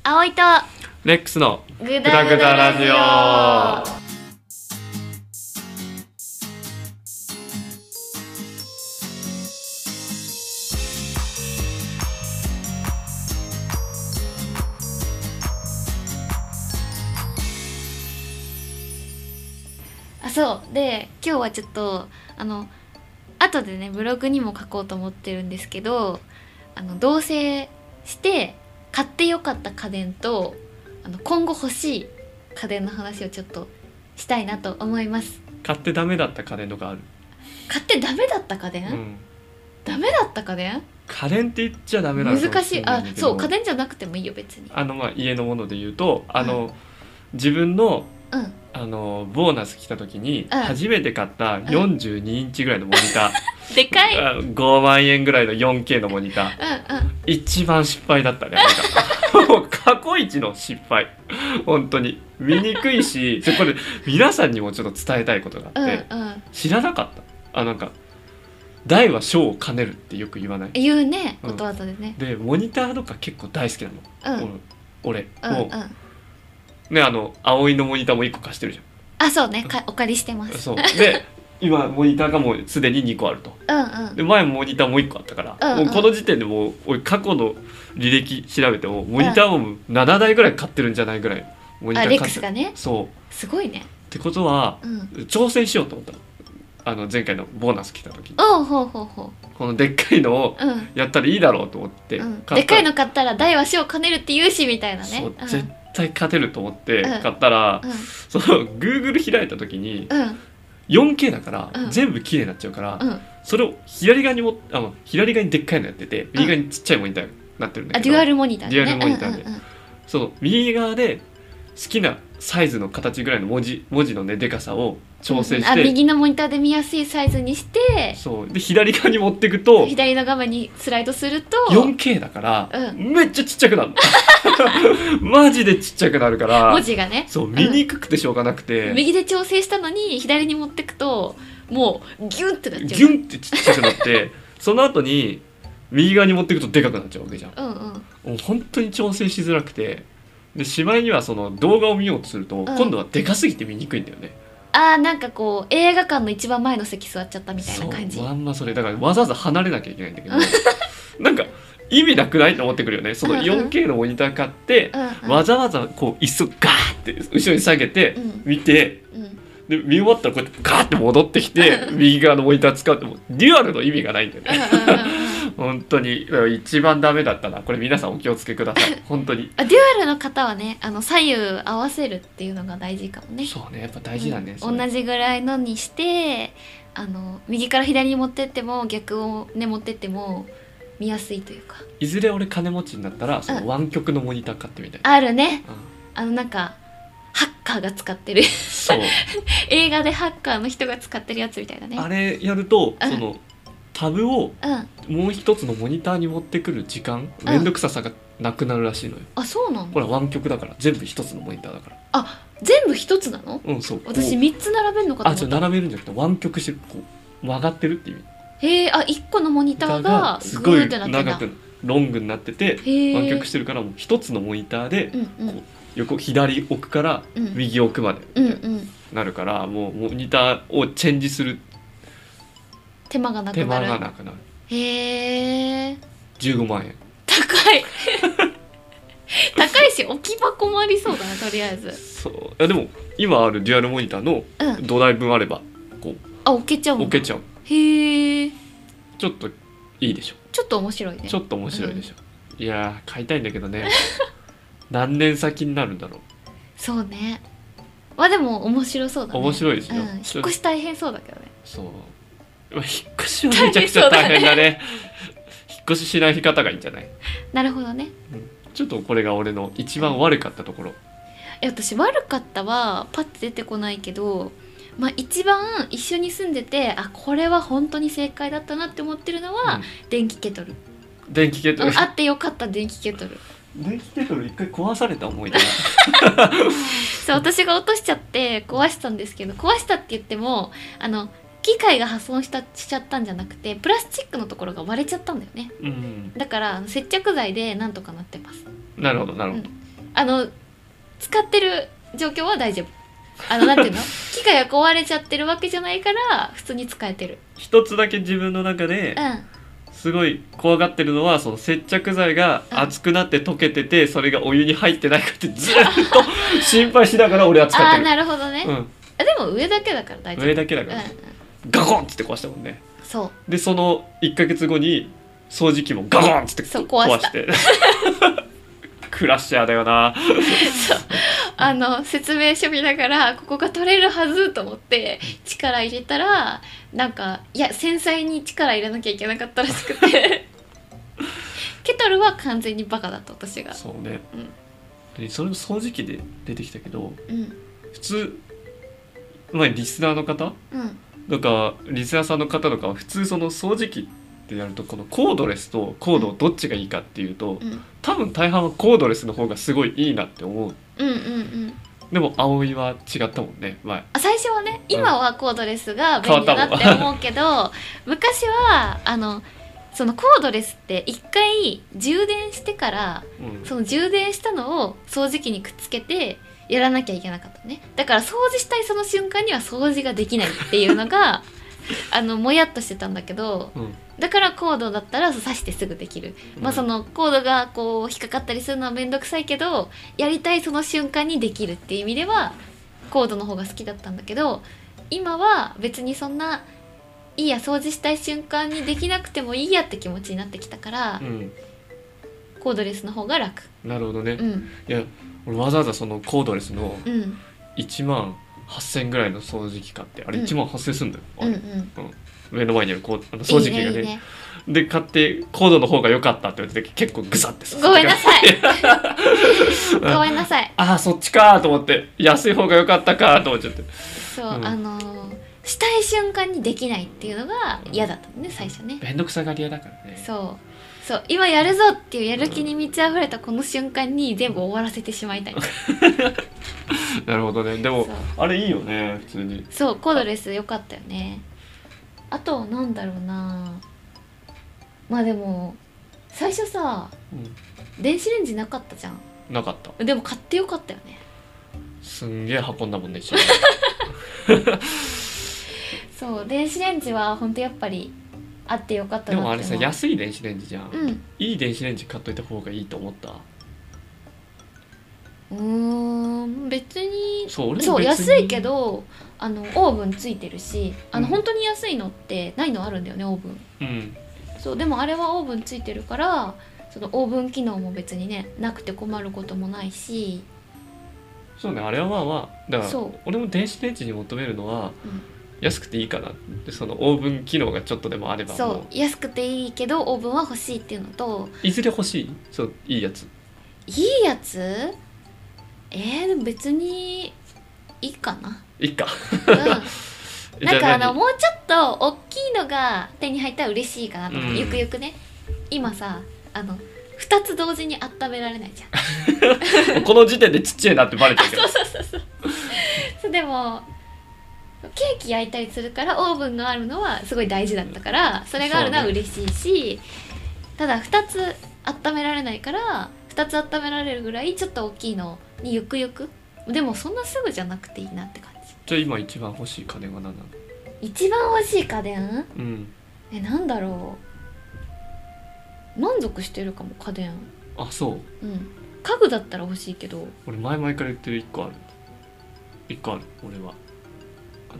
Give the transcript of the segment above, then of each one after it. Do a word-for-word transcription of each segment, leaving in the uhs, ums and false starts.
葵とレックスのググダグダラジオ。 あ、そうで今日はちょっとあの後でねブログにも書こうと思ってるんですけど、あの同棲して買ってよかった家電とあの今後欲しい家電の話をちょっとしたいなと思います。 買ってダメだった家電とかある？ 買ってダメだった家電、 うん、 ダメだった家電家電って言っちゃダメなのかも難しい。あ、 しれないんだけど、 そう家電じゃなくてもいいよ別に。 あのまあ家のもので言うと、あの、 うん、 自分のうんあのボーナス来た時にうん初めて買ったよんじゅうにインチぐらいのモニター、 でかい。うんあごまんえんぐらいの よんケー のモニター、 うん一番失敗だったね。なんかもう過去一の失敗。本当に見にくいし、これ皆さんにもちょっと伝えたいことがあうんって、 うん知らなかった。あ、なんか大は小を兼ねるってよく言わない？ 言うね、 うんことわざでね。 でモニターとか結構大好きなの、 うん俺、 うんうもうんね、あの葵のモニターもいっこ貸してるじあ、そうね、かお借りしてまゃん。 す。 そうで今モニターがもうすでににこあると。 うんうんで前もモニターもいっこあったから、 うんうんもうこの時点でもう俺過去の履歴調べてもモニターをななだいぐらい買ってるんじゃないぐらいモニタあ、レッー買ってる。 クスがねそうすごいね。 ってことは、 うん挑戦しようと思ったの。あの前回のボーナス来た時におうほうほうほこのでっかいのをう。うんやったらいいだろうと思ってうん、 買ったでっかいの買ったら大は小を兼ねるって言うしみたいなね。 そう、 うん絶対勝てると思ってうん買ったら、 うんその Google 開いた時にうんよんケー だから、 うん全部綺麗になっちゃうから、 うんそれを左側にもあの左側にでっかいのやってて右側にちっちゃいモニターになってるんだけど、 あ、デュアルモニターでね。 デュアルモニターでうんうんうんその右側で好きなサイズの形ぐらいの文字文字のねでかさを調整して、 あ、右のモニターで見やすいサイズにしてそうで左側に持っていくと左の画面にスライドするとよんケー だから、 うめっちゃちっちゃくなるのマジでちっちゃくなるから文字がね、 そう見にくくてしょうがなくて、 右で調整したのに左に持ってくともうギュンってなっちゃう。 ギュンってちっちゃくなってその後に右側に持っていくとでかくなっちゃうわけじゃん。 うんうんもう本当に調整しづらくて、でしまいにはその動画を見ようとすると、 ん今度はでかすぎて見にくいんだよね。 あー、なんかこう映画館の一番前の席座っちゃったみたいな感じ。 そうまんまそれだからわざわざ離れなきゃいけないんだけどなんか意味なくないと思ってくるよね。その よんケー のモニター買って、 うんうんわざわざこう椅子をガーって後ろに下げてうん見て、 うんで見終わったらこうやってガーって戻ってきて右側のモニター使うってもうデュアルの意味がないんだよねうんうんうんうん本当に一番ダメだったな。これ皆さんお気をつけください本当に。 あ、デュアルの方はね、あの左右合わせるっていうのが大事かもね。 そうね、やっぱ大事だね、 うんそれ同じぐらいのにしてあの右から左に持ってっても逆をね持ってっても見やすいというか。 いずれ俺金持ちになったらそうんの湾曲のモニター買ってみたい、 あるね、 うん、 あのなんかハッカーが使ってるそう映画でハッカーの人が使ってるやつみたいなね。 あれやると、 うんそのタブをうんもう一つのモニターに持ってくる時間うんめんどくささがなくなるらしいのよ。 あ、そうなの。 ほら湾曲だから全部一つのモニターだからあ、全部一つなの。 うんそうこ私みっつ並べるのかとうあちょ思った。 並べるんじゃなくて湾曲してるこう曲がってるっていう意味。 へえ、あ、いっこのモニターがすごいグーってなってんだ。 長くロングになっててへえ。 湾曲してるからもう一つのモニターでうんうん横左奥からうん右奥までうんうんなるから、もうモニターをチェンジする手間がなく手間なる。 がなくなる。 へえ。 じゅうごまんえん。 高い高いし置き箱もありそうだな、とりあえず。 そういやでも今あるデュアルモニターのうん。 土台分あればこあ、置けちゃううもん。 置けちゃう。 へえ。 ちょっといいでしょ。 ちょっと面白いね。 ちょっと面白いでしょ、いやー買いたいんだけどね何年先になるんだろう。 そうね。まあでも面白そうだね。 面白いですよ、 うん、引っ越し大変そうだけどね。 そう引っ越しはめちゃくちゃ大変だね引っ越ししない方がいいんじゃない、 なるほどね。 うんちょっとこれが俺の一番悪かったところ。 え、私悪かったはパッて出てこないけど、まあ一番一緒に住んでて、あ、これは本当に正解だったなって思ってるのは、電気ケトル。 電気ケトルうん、あってよかった電気ケトル。 電気ケトル一回壊された思い出そう、私が落としちゃって壊したんですけど、壊したって言ってもあの機械が破損したしちゃったんじゃなくて、プラスチックのところが割れちゃったんだよね。 うんだから接着剤でなんとかなってます。 なるほどなるほど、 うんあの使ってる状況は大丈夫。あのなんていうの機械が壊れちゃってるわけじゃないから普通に使えてる。 一つだけ自分の中ですごい怖がってるのは、その接着剤が熱くなって溶けてて、それがお湯に入ってないかってずっと心配しながら俺は使ってる。 ああなるほどね、 うん、 あでも上だけだから大丈夫。 上だけだから、ね、うん、ガコンっつって壊したもんね。 そうでそのいっかげつごに掃除機もガコンっつって壊してクラッシャーだよな。 そうあの説明書見ながらここが取れるはずと思って力入れたらなんかいや繊細に力入れなきゃいけなかったらしくてケトルは完全にバカだった私が。 そうね、 うん、 でそれも掃除機で出てきたけど、 うん、 普通前リスナーの方、 うん、 とかリスナーさんの方とかは普通その掃除機ってやるとこのコードレスとコードどっちがいいかっていうと、うん、多分大半はコードレスの方がすごいいいなって思う。 うんうんうん。 でも葵は違ったもんね前。 あ最初はね、今はコードレスが便利だなって思うけど昔はあのそのコードレスって一回充電してから、うん、その充電したのを掃除機にくっつけてやらなきゃいけなかったね。だから掃除したいその瞬間には掃除ができないっていうのがあのもやっとしてたんだけど、うん、だからコードだったら刺してすぐできる、うん、まあそのコードがこう引っかかったりするのはめんどくさいけどやりたいその瞬間にできるっていう意味ではコードの方が好きだったんだけど、今は別にそんないいや掃除したい瞬間にできなくてもいいやって気持ちになってきたから、うん、コードレスの方が楽。 なるほどね、 うん、 いや俺わざわざそのコードレスのうんいちまんはっせんぐらいの掃除機買ってあれいちまんはっせんすんだよ、 うんうんうん、 目の前にあるこうあの掃除機がね、いいねいいねで買ってコードの方が良かったって言われて結構グサってごめんなさいごめんなさいああそっちかと思って安い方が良かったかと思っちゃって、 そう、うん、あのー、したい瞬間にできないっていうのが嫌だったのね、うん、最初ね。 めんどくさがり屋だからね。 そうそう今やるぞっていうやる気に満ち溢れたこの瞬間に全部終わらせてしまいたいなるほどね。でもあれいいよね普通に。 そうコードレス良かったよね。あとはなんだろうな、まあでも最初さ、うん、電子レンジなかったじゃん。 なかった。 でも買ってよかったよね。 すんげえ運んだもんねそう電子レンジは本当やっぱりあってよかったなって。 でもあれさ安い電子レンジじゃん、 うん、 いい電子レンジ買っといた方がいいと思った。 うーん別にそう俺も別にそう安いけどあのオーブンついてるし、あの、うん、本当に安いのってないのあるんだよねオーブン、 うん、 そうでもあれはオーブンついてるからそのオーブン機能も別にねなくて困ることもないし。 そうねあれはまあまあだから俺も電子レンジに求めるのは、うん、安くていいかなってそのオーブン機能がちょっとでもあればもうそう安くていいけどオーブンは欲しいっていうのといずれ欲しいそういいやついいやつえー、でも別にいいかな。 いいか、 うん、なんかあのもうちょっと大きいのが手に入ったら嬉しいかなと思って、うん、ゆくゆくね今さあのふたつ同時に温められないじゃんこの時点でちっちゃいなってバレてるけどそうそうそうそうそうでもケーキ焼いたりするからオーブンがあるのはすごい大事だったからそれがあるのは嬉しいし、ね、ただふたつ温められないからふたつ温められるぐらいちょっと大きいのにゆくゆくでもそんなすぐじゃなくていいなって感じ。 じゃあ今一番欲しい家電は何なの？ 一番欲しい家電？うん。えなんだろう満足してるかも家電。 あそう。 うん家具だったら欲しいけど俺前々から言ってるいっこあるいっこある俺はあ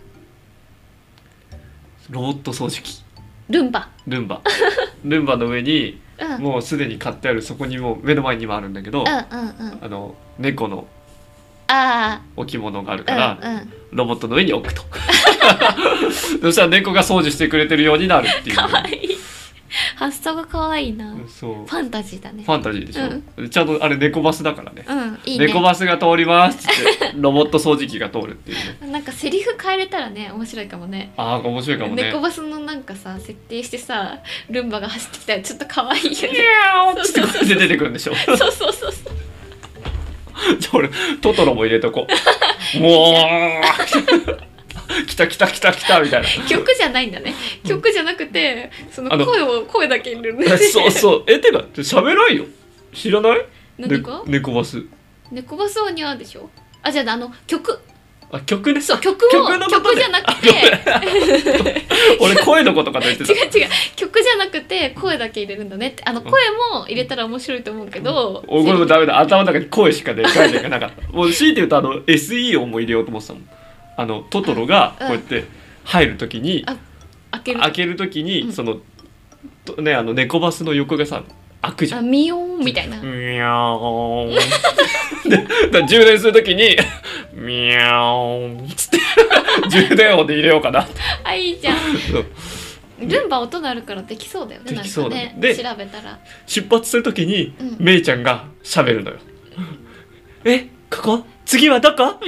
のロボット掃除機ルンバルンバルンバの上に、うん、もうすでに買ってあるそこにも目の前にもあるんだけど、 うんうんうん、 あの猫のあ置物があるから、 うんうん、 ロボットの上に置くとそしたら猫が掃除してくれてるようになるっていう。 かわいい発想がかわいいな。 そうファンタジーだね。 ファンタジーでしょ、うん、ちゃんとあれ猫バスだからね、 うん、いいね猫バスが通りますってロボット掃除機が通るっていうねなんかセリフ変えれたらね面白いかもね。 ああ面白いかもね。 猫バスのなんかさ設定してさルンバが走ってきたらちょっとかわいいよね。 ニャーってこうやって出てくるんでしょそうそうそうそうじゃあ俺トトロも入れとこうもう来た来た来た来たみたいな曲じゃないんだね。曲じゃなくてその声を声だけ入れるんだね。 そうそうえてか喋らんよ知らない何が猫バス。 猫バスは似合うでしょ。あ、じゃああの曲。 あ、曲ね。 そう、曲を曲のこと曲じゃなくて俺声のことかと言ってた。 違う違う、曲じゃなくて声だけ入れるんだねって。あの声も入れたら面白いと思うけど、 俺これもダメだ、頭の中に声しか出ないでなかったもう強いて言うとあの エスイー 音も入れようと思ってたもん。あのトトロがこうやって入るときに、 あ開ける開けるときに、 うん、 そのとね、あの猫バスの横がさ開くじゃん。 あ、ミヨーンみたいな。 ミヤーンで、だ充電するときにミヤーンつって充電音で入れようかな。 あ、いいじゃん。ルンバ音鳴るからできそうだよね。 できそうだね。 なんかね、 で調べたら出発するときに、 うん、 メイちゃんが喋るのよ。え、ここ？次はどこ？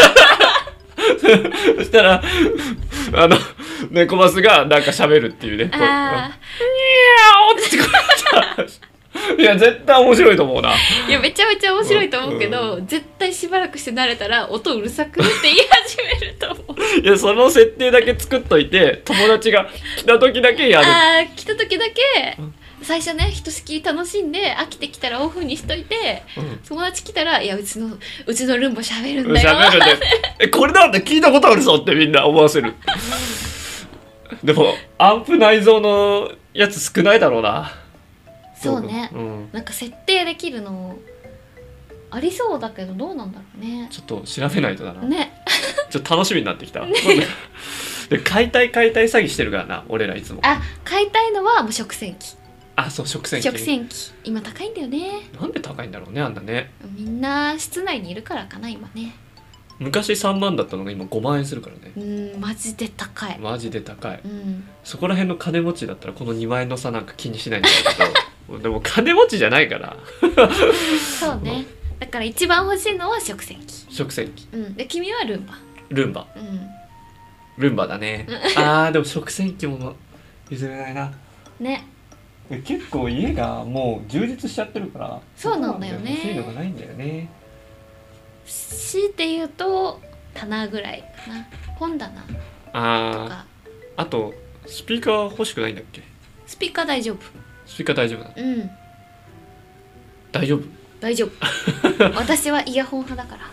そしたらあの猫バスがなんか喋るっていうね。 ああ。 ニャーってこういや絶対面白いと思うな。 いやめちゃめちゃ面白いと思うけど、うん、絶対しばらくして慣れたら音うるさくって言い始めると思う。 いやその設定だけ作っといて友達が来た時だけやる。 ああ、来た時だけ、うん、最初ねひとしきり楽しんで飽きてきたらオフにしといて、うん、友達来たらいやうちのうちのルンバ喋るんだよ。 喋るんだよ。えこれだって聞いたことあるぞってみんな思わせる。でもアンプ内蔵のやつ少ないだろうな。 そうね、 うん、 なんか設定できるのありそうだけどどうなんだろうね。 ちょっと調べないとだな。 ね。 ちょっと楽しみになってきた。 ね、 で買いたい買いたい詐欺してるからな俺らいつも。 あ、買いたいのはもう食洗機。 あ、そう食洗機。 食洗機今高いんだよね。 なんで高いんだろうねあんなね。 みんな室内にいるからかな今ね。 昔さんまんだったのが今ごまん円するからね。 うん、マジで高い。 マジで高い、 うん、 そこら辺の金持ちだったらこのにまん円の差なんか気にしないんだけどでも金持ちじゃないからそうね。だから一番欲しいのは食洗機。 食洗機、 うん、で君はルンバ。 ルンバ、 うん、 ルンバだね。あーでも食洗機も譲れないな。 ね。 結構家がもう充実しちゃってるから。 そうなんだよね。 欲しいのがないんだよね。 強いて言うと棚ぐらいかな。本棚とか。 ああとスピーカー欲しくないんだっけ。 スピーカー大丈夫。 スピーカー大丈夫だ。 うん。 大丈夫。 大丈夫。私はイヤホン派だから。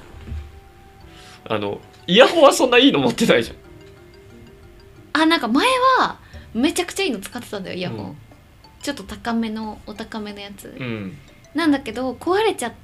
あのイヤホンはそんないいの持ってないじゃん。 あ、なんか前はめちゃくちゃいいの使ってたんだよイヤホン、うん、ちょっと高めのお高めのやつ、 うん、 なんだけど壊れちゃって、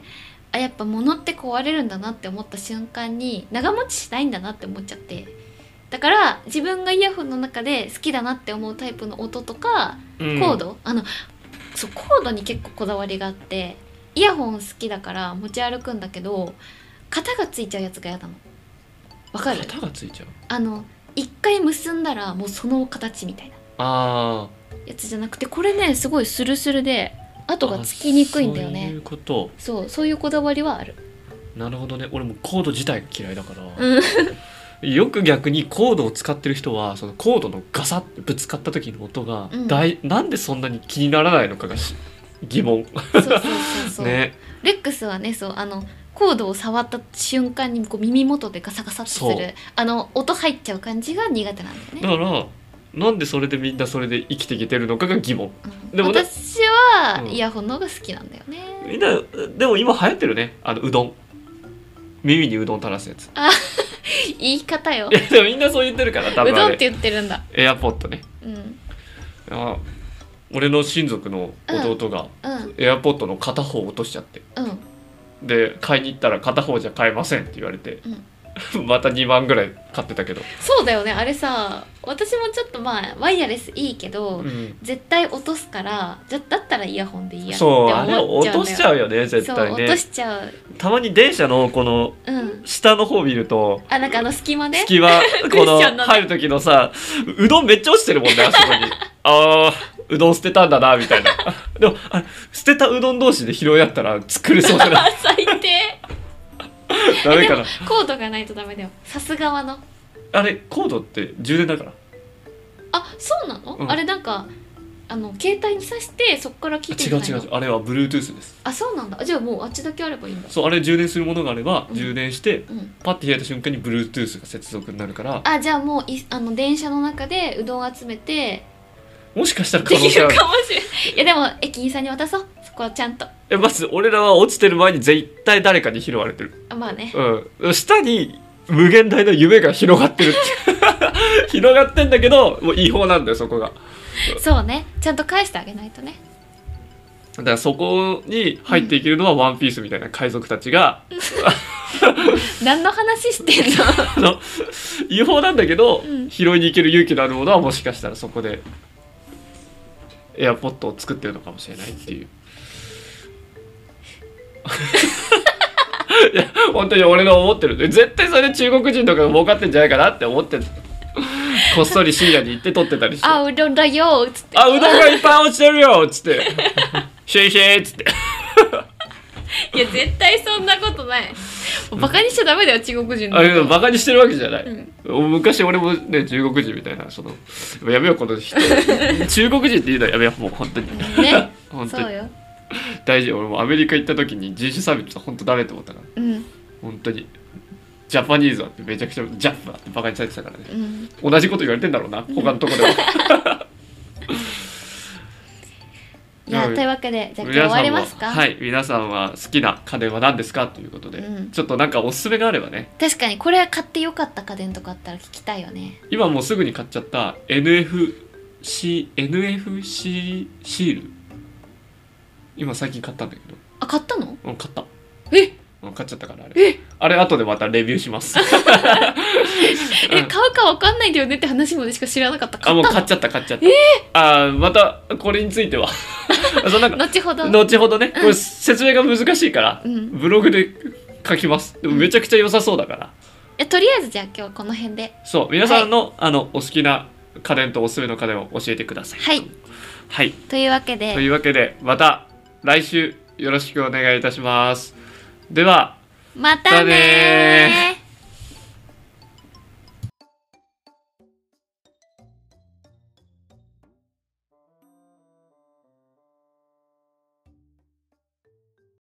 あ、やっぱ物って壊れるんだなって思った瞬間に長持ちしないんだなって思っちゃって、だから自分がイヤホンの中で好きだなって思うタイプの音とか、うん、コード、あのそうコードに結構こだわりがあって、イヤホン好きだから持ち歩くんだけど型がついちゃうやつが嫌なの。わかる？ 型がついちゃう。 あの一回結んだらもうその形みたいなあやつじゃなくて、これねすごいスルスルで跡がつきにくいんだよね。 そういうこと。 そう、そういうこだわりはある。 なるほどね。俺もコード自体が嫌いだから、 うんよく逆にコードを使ってる人はそのコードのガサッてぶつかった時の音が、うん、だいなんでそんなに気にならないのかが疑問。 そうそうそうそう、 ね、 レックスはね、そうあのコードを触った瞬間にこう耳元でガサガサってするあの音入っちゃう感じが苦手なんだよね。 だからなんでそれでみんなそれで生きていけてるのかが疑問、 うん、でも私はイヤホンの方が好きなんだよね、 うん、みんなでも今流行ってるね、あのうどん、耳にうどん垂らすやつ。 あ言い方よ。 いやでもみんなそう言ってるから多分。 うどんって言ってるんだ。 エアポッドね、 うん、 あ俺の親族の弟がエアポッドの片方落としちゃって、うん、で買いに行ったら片方じゃ買えませんって言われて、うん、またにまんぐらい買ってたけど。 そうだよね、あれさ、私もちょっとまあワイヤレスいいけど、うん、絶対落とすから、じゃだったらイヤホンでいいやって思っちゃうんだよ。 そう、あれ落としちゃうよね絶対ね。 そう落としちゃう。たまに電車のこの下の方見ると、 うん、あ、なんかあの隙間で隙間この入る時のさ、うどんめっちゃ落ちてるもんねあそこに。あーうどん捨てたんだなみたいな。でもあれ捨てたうどん同士で拾い合ったら作れそうじゃない？ 最低。 ダメかな。 コードがないとダメだよ。さすがはの。 あれコードって充電だから。 あ、そうなの？うん、あれなんかあの携帯に挿してそこから聞いてるんじゃないの？ 違う違う、あれは Bluetooth です。 あ、そうなんだ。じゃあもうあっちだけあればいいんだ。 そう、あれ充電するものがあれば、うん、充電して、 うん、 パッて開いた瞬間に Bluetooth が接続になるから。 あ、じゃあもういあの電車の中でうどん集めてもしかしたら可でき能性あるるかもしれないいやでも駅員さんに渡そうそこはちゃんと。 えまず俺らは落ちてる前に絶対誰かに拾われてる。 あまあねうん下に無限大の夢が広がってるって広がってんだけどもう違法なんだよそこが。 そうねちゃんと返してあげないとね。 だからそこに入っていけるのはワンピースみたいな海賊たちが、 何の話してんのあの違法なんだけど、 うん、 拾いに行ける勇気のあるものはもしかしたらそこでエアポッドを作ってるのかもしれないっていういや本当に俺の思ってる絶対それ中国人とかが儲かってんじゃないかなって思ってるこっそり深夜に行って撮ってたりしてあうどんだよっつってあうどんがいっぱい落ちてるよっつってシェイシェイっつっていや絶対そんなことないバカにしちゃダメだよ中国人のあバカにしてるわけじゃない、 うん、 昔俺もね中国人みたいなそのやめようこの人中国人って言うのはやめようもう本当にね本当にそうよ大事。俺もアメリカ行った時に人種差別は本当ダメと思ったから、 うん、 本当にジャパニーズはってめちゃくちゃジャップだってバカにされてたからね、 うん、 同じこと言われてんだろうな他のとこでもいやというわけでじゃあ今日終わりますか。 はい皆さんは好きな家電は何ですかということで、うん、ちょっとなんかおすすめがあればね。 確かにこれは買ってよかった家電とかあったら聞きたいよね。 今もうすぐに買っちゃった エヌエフシー エヌエフシー シール今最近買ったんだけど。 あ買ったの？ うん買った。 え買っちゃったからあれ。あれ後でまたレビューします。 え買うかわかんないんだよねって話までしか知らなかった。 あもう買っちゃった買っちゃった。えー、あまたこれについてはそなんか後ほど後ほどね、うん、これ説明が難しいから、うん、ブログで書きます。でもめちゃくちゃ良さそうだから。 えとりあえずじゃあ今日はこの辺で。 そう皆さんの、はい、あのお好きな家電とおすすめの家電を教えてください。 はいはいというわけでというわけでまた来週よろしくお願いいたします。ではまたねー。